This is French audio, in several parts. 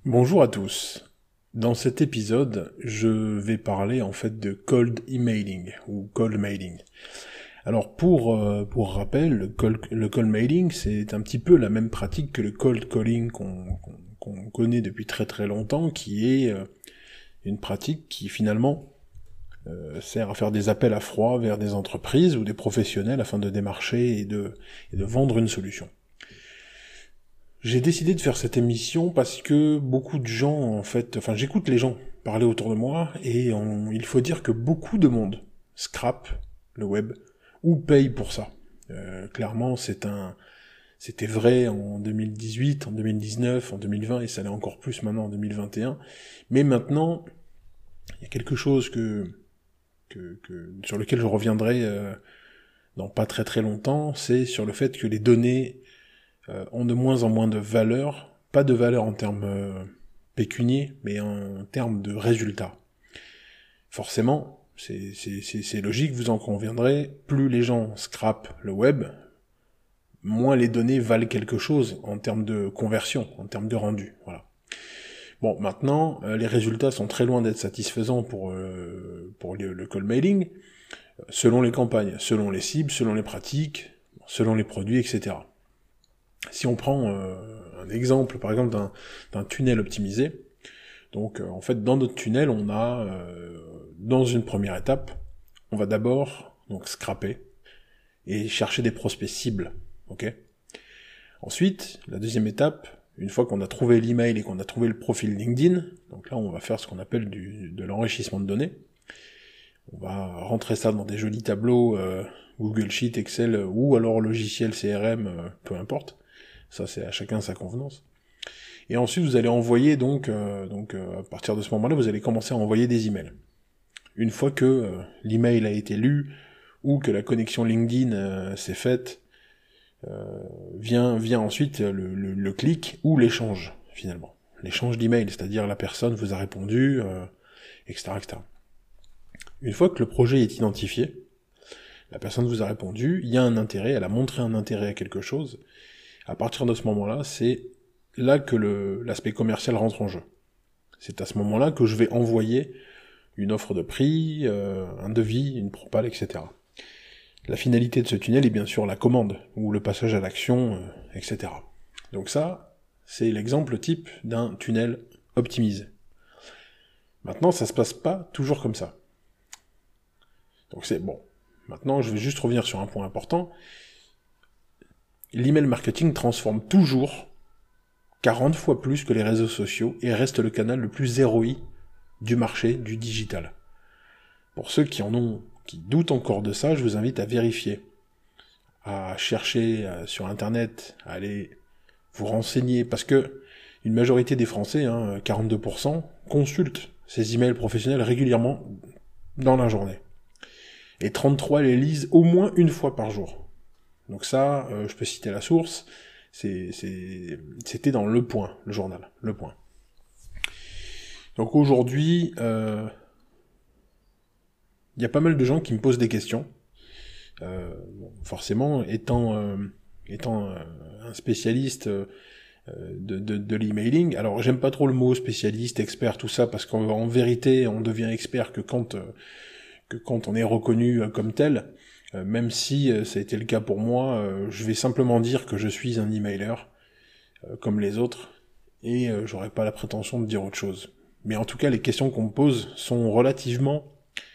Bonjour à tous. Dans cet épisode, je vais parler en fait de cold emailing ou cold mailing. Alors pour rappel, le cold mailing, c'est un petit peu la même pratique que le cold calling qu'on connaît depuis très très longtemps, qui est une pratique qui finalement sert à faire des appels à froid vers des entreprises ou des professionnels afin de démarcher et de vendre une solution. J'ai décidé de faire cette émission parce que beaucoup de gens, j'écoute les gens parler autour de moi et il faut dire que beaucoup de monde scrape le web ou paye pour ça. Clairement, c'était vrai en 2018, en 2019, en 2020 et ça l'est encore plus maintenant en 2021. Mais maintenant, il y a quelque chose sur lequel je reviendrai dans pas très très longtemps, c'est sur le fait que les données ont de moins en moins de valeur, pas de valeur en termes pécuniers, mais en termes de résultats. Forcément, c'est logique, vous en conviendrez, plus les gens scrapent le web, moins les données valent quelque chose en termes de conversion, en termes de rendu. Voilà. Bon, maintenant, les résultats sont très loin d'être satisfaisants pour le cold mailing, selon les campagnes, selon les cibles, selon les pratiques, selon les produits, etc. Si on prend un exemple, par exemple, d'un tunnel optimisé, donc en fait, dans notre tunnel, on a, dans une première étape, on va d'abord donc scraper et chercher des prospects cibles, ok. Ensuite, la deuxième étape, une fois qu'on a trouvé l'email et qu'on a trouvé le profil LinkedIn, donc là, on va faire ce qu'on appelle de l'enrichissement de données. On va rentrer ça dans des jolis tableaux Google Sheet, Excel ou alors logiciel CRM, peu importe. Ça, c'est à chacun sa convenance. Et ensuite, vous allez envoyer à partir de ce moment-là, vous allez commencer à envoyer des emails. Une fois que l'email a été lu ou que la connexion LinkedIn s'est faite, vient ensuite le clic ou l'échange, finalement. L'échange d'email, c'est-à-dire la personne vous a répondu, etc., etc. Une fois que le projet est identifié, la personne vous a répondu, il y a un intérêt, elle a montré un intérêt à quelque chose. À partir de ce moment-là, c'est là que l'aspect commercial rentre en jeu. C'est à ce moment-là que je vais envoyer une offre de prix, un devis, une propale, etc. La finalité de ce tunnel est bien sûr la commande, ou le passage à l'action, etc. Donc ça, c'est l'exemple type d'un tunnel optimisé. Maintenant, ça se passe pas toujours comme ça. Donc c'est bon. Maintenant, je vais juste revenir sur un point important. L'email marketing transforme toujours 40 fois plus que les réseaux sociaux et reste le canal le plus ROI du marché du digital. Pour ceux qui doutent encore de ça, je vous invite à vérifier, à chercher sur internet, à aller vous renseigner, parce que une majorité des Français, 42%, consultent ces emails professionnels régulièrement dans la journée. Et 33 les lisent au moins une fois par jour. Donc ça, je peux citer la source, c'était dans Le Point, le journal, Le Point. Donc aujourd'hui, il y a pas mal de gens qui me posent des questions. Forcément, étant un spécialiste de l'emailing, alors j'aime pas trop le mot spécialiste, expert, tout ça, parce qu'en vérité, on devient expert que quand on est reconnu comme tel. Même si ça a été le cas pour moi, je vais simplement dire que je suis un emailer, comme les autres, et j'aurais pas la prétention de dire autre chose. Mais en tout cas, les questions qu'on me pose sont relativement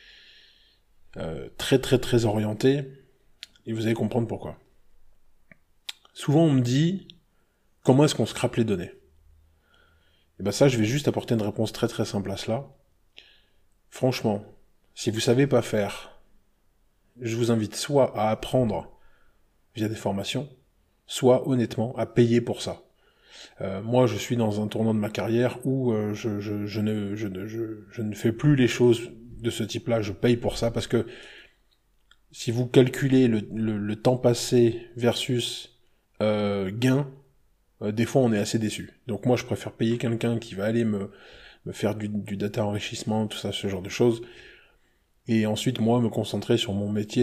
très très très orientées, et vous allez comprendre pourquoi. Souvent on me dit, comment est-ce qu'on scrape les données? Et ben ça, je vais juste apporter une réponse très très simple à cela. Franchement, si vous savez pas faire, je vous invite soit à apprendre via des formations, soit honnêtement à payer pour ça. Moi, je suis dans un tournant de ma carrière où je ne fais plus les choses de ce type-là. Je paye pour ça parce que si vous calculez le temps passé versus gain, des fois on est assez déçu. Donc moi, je préfère payer quelqu'un qui va aller me faire du data enrichissement, tout ça, ce genre de choses. Et ensuite, moi, me concentrer sur mon métier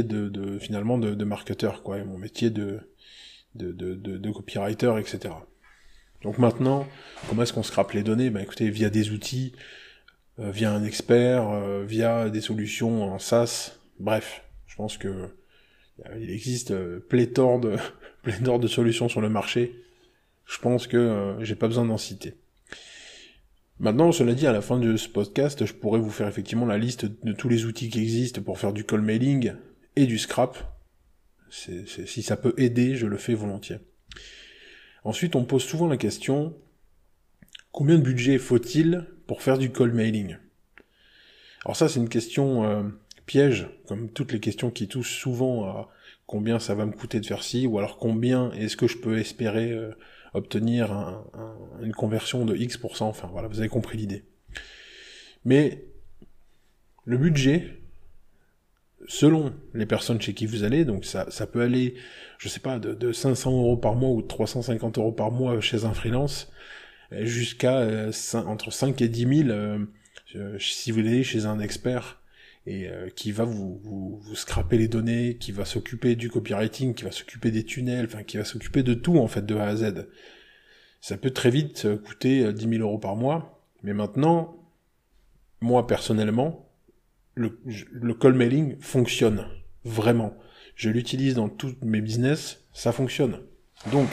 de marketeur, quoi, et mon métier de copywriter, etc. Donc maintenant, comment est-ce qu'on scrape les données? Ben écoutez, via des outils, via un expert, via des solutions en SaaS, bref, je pense que il existe pléthore de solutions sur le marché. Je pense que j'ai pas besoin d'en citer. Maintenant, cela dit, à la fin de ce podcast, je pourrais vous faire effectivement la liste de tous les outils qui existent pour faire du cold mailing et du scrap. Si ça peut aider, je le fais volontiers. Ensuite, on pose souvent la question, combien de budget faut-il pour faire du cold mailing? Alors ça, c'est une question piège, comme toutes les questions qui touchent souvent à combien ça va me coûter de faire ci, ou alors combien est-ce que je peux espérer obtenir une conversion de X%, enfin voilà, vous avez compris l'idée. Mais le budget, selon les personnes chez qui vous allez, donc ça peut aller, je sais pas, de 500 € par mois ou de 350 € par mois chez un freelance, jusqu'à entre 5 et 10 000 si vous allez chez un expert et qui va vous scraper les données, qui va s'occuper du copywriting, qui va s'occuper des tunnels, enfin qui va s'occuper de tout en fait de A à Z. Ça peut très vite coûter 10 000 € par mois, mais maintenant, moi personnellement, le cold mailing fonctionne, vraiment. Je l'utilise dans tous mes business, ça fonctionne. Donc,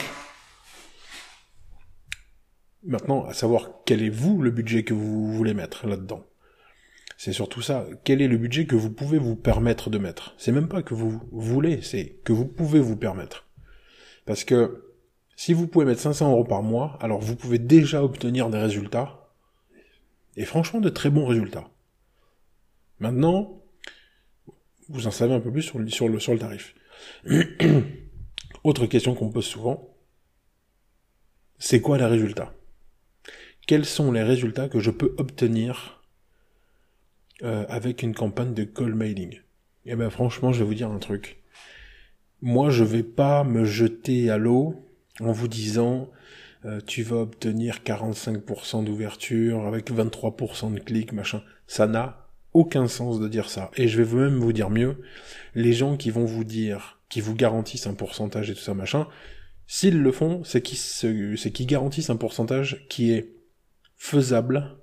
maintenant, à savoir quel est vous le budget que vous voulez mettre là-dedans. C'est surtout ça. Quel est le budget que vous pouvez vous permettre de mettre? C'est même pas que vous voulez, c'est que vous pouvez vous permettre. Parce que si vous pouvez mettre 500 € par mois, alors vous pouvez déjà obtenir des résultats, et franchement de très bons résultats. Maintenant, vous en savez un peu plus sur le tarif. Autre question qu'on me pose souvent, c'est quoi les résultats? Quels sont les résultats que je peux obtenir avec une campagne de cold mailing? Eh ben franchement, je vais vous dire un truc. Moi, je vais pas me jeter à l'eau en vous disant tu vas obtenir 45% d'ouverture avec 23% de clics, machin. Ça n'a aucun sens de dire ça. Et je vais même vous dire mieux, les gens qui vont vous dire, qui vous garantissent un pourcentage et tout ça, machin, s'ils le font, c'est qu'ils garantissent un pourcentage qui est faisable,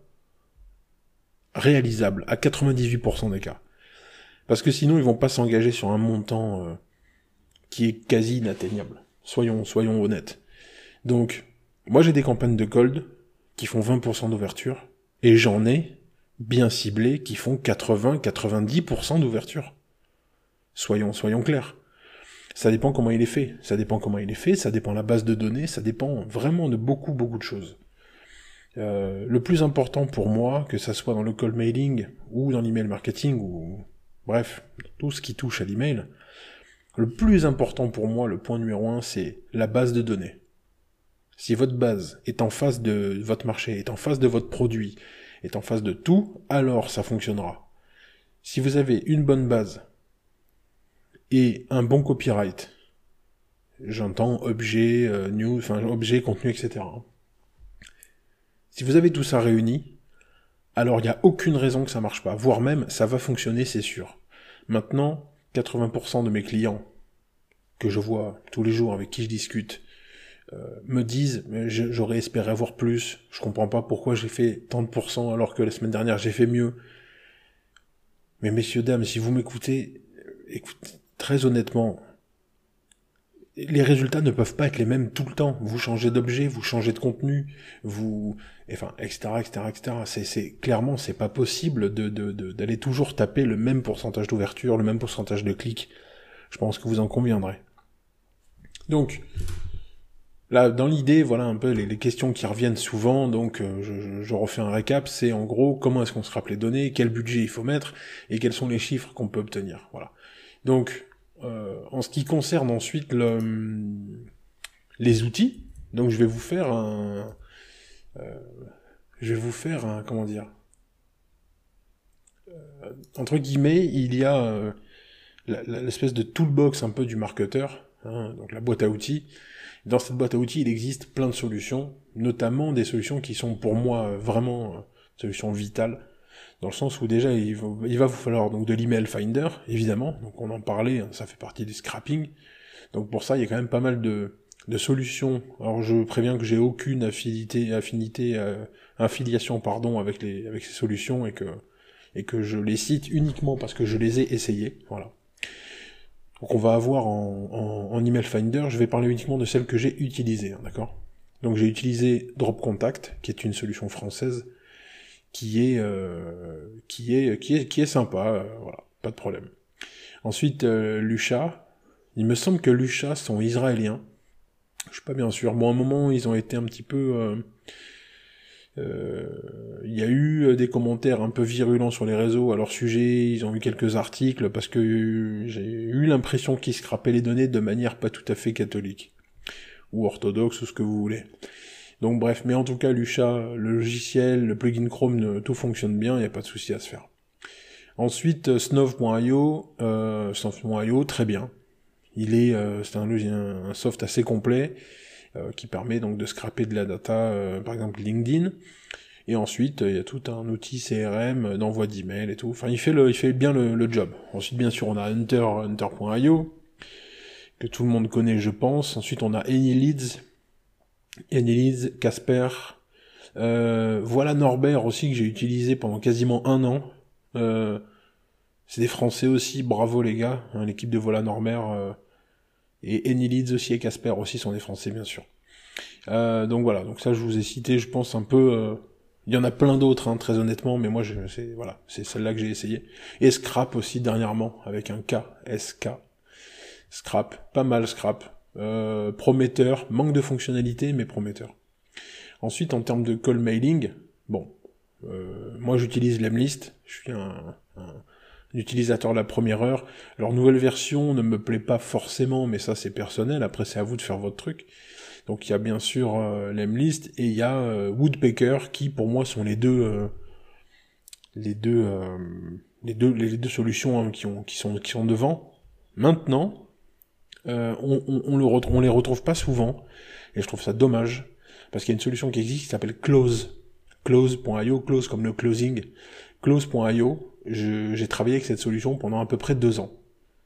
réalisable, à 98% des cas. Parce que sinon, ils vont pas s'engager sur un montant qui est quasi inatteignable. Soyons honnêtes. Donc, moi j'ai des campagnes de cold qui font 20% d'ouverture, et j'en ai bien ciblé qui font 80-90% d'ouverture. Soyons clairs. Ça dépend comment il est fait. Ça dépend de la base de données, ça dépend vraiment de beaucoup de choses. Le plus important pour moi, que ça soit dans le cold mailing, ou dans l'email marketing, ou bref, tout ce qui touche à l'email, le plus important pour moi, le point numéro 1, c'est la base de données. Si votre base est en face de votre marché, est en face de votre produit, est en face de tout, alors ça fonctionnera. Si vous avez une bonne base et un bon copyright, j'entends objet, news, enfin objet, contenu, etc. Si vous avez tout ça réuni, alors il n'y a aucune raison que ça marche pas, voire même ça va fonctionner, c'est sûr. Maintenant, 80% de mes clients que je vois tous les jours, avec qui je discute, me disent j'aurais espéré avoir plus, je comprends pas pourquoi j'ai fait tant de pourcents alors que la semaine dernière j'ai fait mieux. Mais messieurs, dames, si vous m'écoutez, écoutez, très honnêtement, les résultats ne peuvent pas être les mêmes tout le temps. Vous changez d'objet, vous changez de contenu, etc. Clairement, c'est pas possible d'aller toujours taper le même pourcentage d'ouverture, le même pourcentage de clics. Je pense que vous en conviendrez. Donc, là, dans l'idée, voilà un peu les questions qui reviennent souvent, donc je refais un récap, c'est en gros comment est-ce qu'on se rappelle les données, quel budget il faut mettre, et quels sont les chiffres qu'on peut obtenir. Voilà. Donc, en ce qui concerne ensuite les outils, donc je vais vous faire comment dire, entre guillemets, il y a l'espèce de toolbox un peu du marketeur, hein, donc la boîte à outils. Dans cette boîte à outils, il existe plein de solutions, notamment des solutions qui sont pour moi vraiment solutions vitales, dans le sens où déjà il va vous falloir donc de l'email finder, évidemment, donc on en parlait, hein, ça fait partie du scrapping, donc pour ça il y a quand même pas mal de solutions. Alors je préviens que j'ai aucune affiliation avec ces solutions et que je les cite uniquement parce que je les ai essayées. Voilà. Donc on va avoir en email finder, je vais parler uniquement de celles que j'ai utilisées, hein, d'accord? Donc j'ai utilisé Drop Contact, qui est une solution française, qui est sympa, voilà, pas de problème. Ensuite, Lusha. Il me semble que Lusha sont israéliens. Je suis pas bien sûr. Bon, à un moment, ils ont été un petit peu... il y a eu des commentaires un peu virulents sur les réseaux à leur sujet, ils ont eu quelques articles, parce que j'ai eu l'impression qu'ils scrapaient les données de manière pas tout à fait catholique, ou orthodoxe, ou ce que vous voulez. Donc bref, mais en tout cas, Lusha, le logiciel, le plugin Chrome, tout fonctionne bien, il n'y a pas de souci à se faire. Ensuite, Snov.io, très bien. C'est un soft assez complet, qui permet donc de scraper de la data, par exemple LinkedIn. Et ensuite, il y a tout un outil CRM d'envoi d'email et tout. Enfin, il fait bien le job. Ensuite, bien sûr, on a Hunter.io, que tout le monde connaît, je pense. Ensuite, on a AnyLeads, Casper. Voilà Norbert aussi, que j'ai utilisé pendant quasiment 1 an. C'est des Français aussi, bravo les gars, hein, l'équipe de Voilà Norbert, et AnyLeads aussi et Casper aussi sont des Français, bien sûr. Donc voilà, donc ça je vous ai cité, je pense un peu... il y en a plein d'autres, hein, très honnêtement, mais moi c'est celle-là que j'ai essayé. Et Scrap aussi dernièrement, avec un K, SK. Scrap, pas mal Scrap. Prometteur, manque de fonctionnalité, mais prometteur. Ensuite, en termes de call mailing, moi j'utilise Lemlist, je suis un utilisateur de la première heure. Leur nouvelle version ne me plaît pas forcément, mais ça c'est personnel, après c'est à vous de faire votre truc. Donc il y a bien sûr Lemlist et il y a Woodpecker qui pour moi sont les deux solutions, hein, qui sont devant. Maintenant, on les retrouve pas souvent et je trouve ça dommage parce qu'il y a une solution qui existe qui s'appelle Close.io, Close comme le closing. Close.io, j'ai travaillé avec cette solution pendant à peu près 2 ans.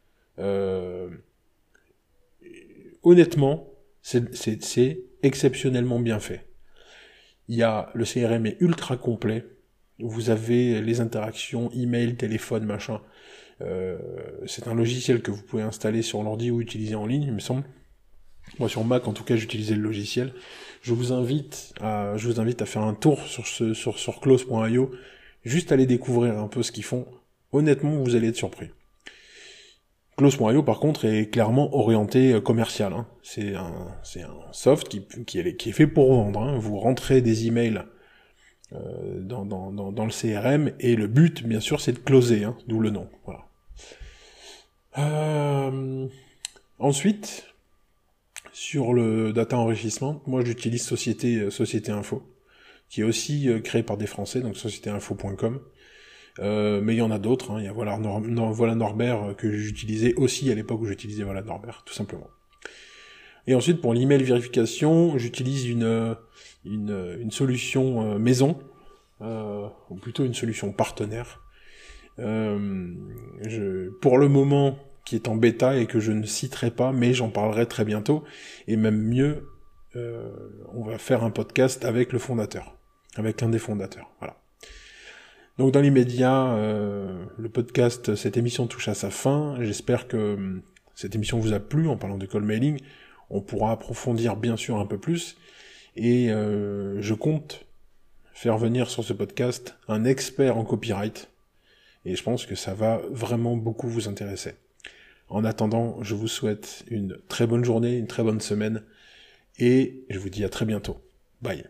Honnêtement, c'est exceptionnellement bien fait. Le CRM est ultra complet. Vous avez les interactions, email, téléphone, machin. C'est un logiciel que vous pouvez installer sur l'ordi ou utiliser en ligne, il me semble. Moi sur Mac, en tout cas, j'utilisais le logiciel. Je vous invite à faire un tour sur Close.io, juste aller découvrir un peu ce qu'ils font. Honnêtement, vous allez être surpris. Close.io, par contre, est clairement orienté commercial, hein. C'est un soft qui est fait pour vendre, hein. Vous rentrez des emails dans le CRM et le but, bien sûr, c'est de closer, hein, d'où le nom. Voilà. Ensuite, sur le data enrichissement, moi j'utilise Société Info, qui est aussi créé par des Français, donc sociétéinfo.com. Mais il y en a d'autres, hein. Il y a Voilà Norbert que j'utilisais aussi à l'époque où j'utilisais Voilà Norbert, tout simplement. Et ensuite, pour l'email vérification, j'utilise une solution maison, ou plutôt une solution partenaire. Pour le moment, qui est en bêta et que je ne citerai pas, mais j'en parlerai très bientôt, et même mieux, on va faire un podcast avec le fondateur, avec un des fondateurs, voilà. Donc dans l'immédiat, le podcast, cette émission touche à sa fin. J'espère que cette émission vous a plu en parlant de call mailing. On pourra approfondir bien sûr un peu plus. Et je compte faire venir sur ce podcast un expert en copyright. Et je pense que ça va vraiment beaucoup vous intéresser. En attendant, je vous souhaite une très bonne journée, une très bonne semaine. Et je vous dis à très bientôt. Bye.